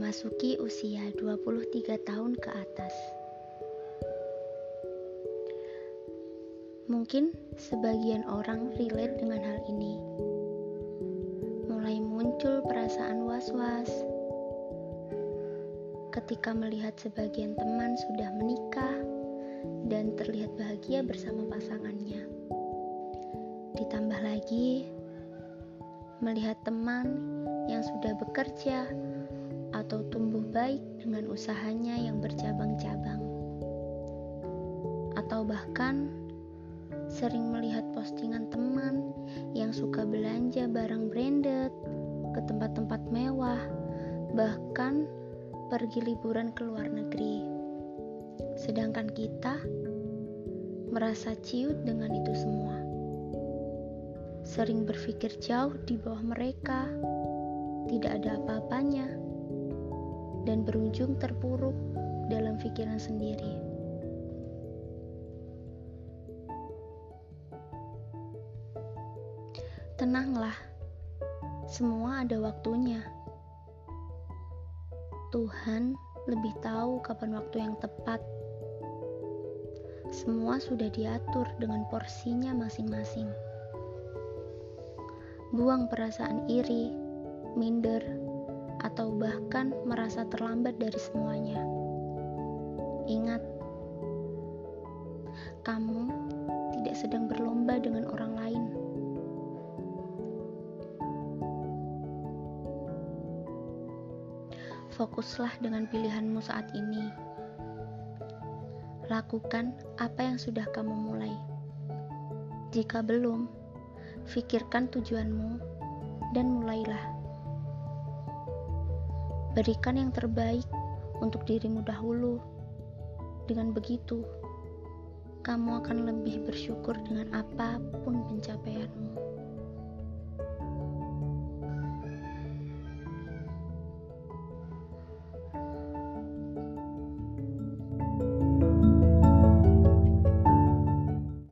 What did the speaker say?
memasuki usia 23 tahun ke atas. Mungkin sebagian orang relate dengan hal ini. Mulai muncul perasaan was-was ketika melihat sebagian teman sudah menikah dan terlihat bahagia bersama pasangannya. Ditambah lagi, melihat teman yang sudah bekerja atau tumbuh baik dengan usahanya yang bercabang-cabang. Atau bahkan sering melihat postingan teman yang suka belanja barang branded ke tempat-tempat mewah, bahkan pergi liburan ke luar negeri. Sedangkan kita merasa ciut dengan itu semua. Sering berpikir jauh di bawah mereka, tidak ada apa-apanya, dan berujung terpuruk dalam pikiran sendiri. Tenanglah, semua ada waktunya. Tuhan lebih tahu kapan waktu yang tepat. Semua sudah diatur dengan porsinya masing-masing. Buang perasaan iri, minder, atau bahkan merasa terlambat dari semuanya. Ingat, kamu tidak sedang berlomba dengan orang lain. Fokuslah dengan pilihanmu saat ini. Lakukan apa yang sudah kamu mulai. Jika belum, pikirkan tujuanmu dan mulailah. Berikan yang terbaik untuk dirimu dahulu. Dengan begitu, kamu akan lebih bersyukur dengan apapun pencapaianmu.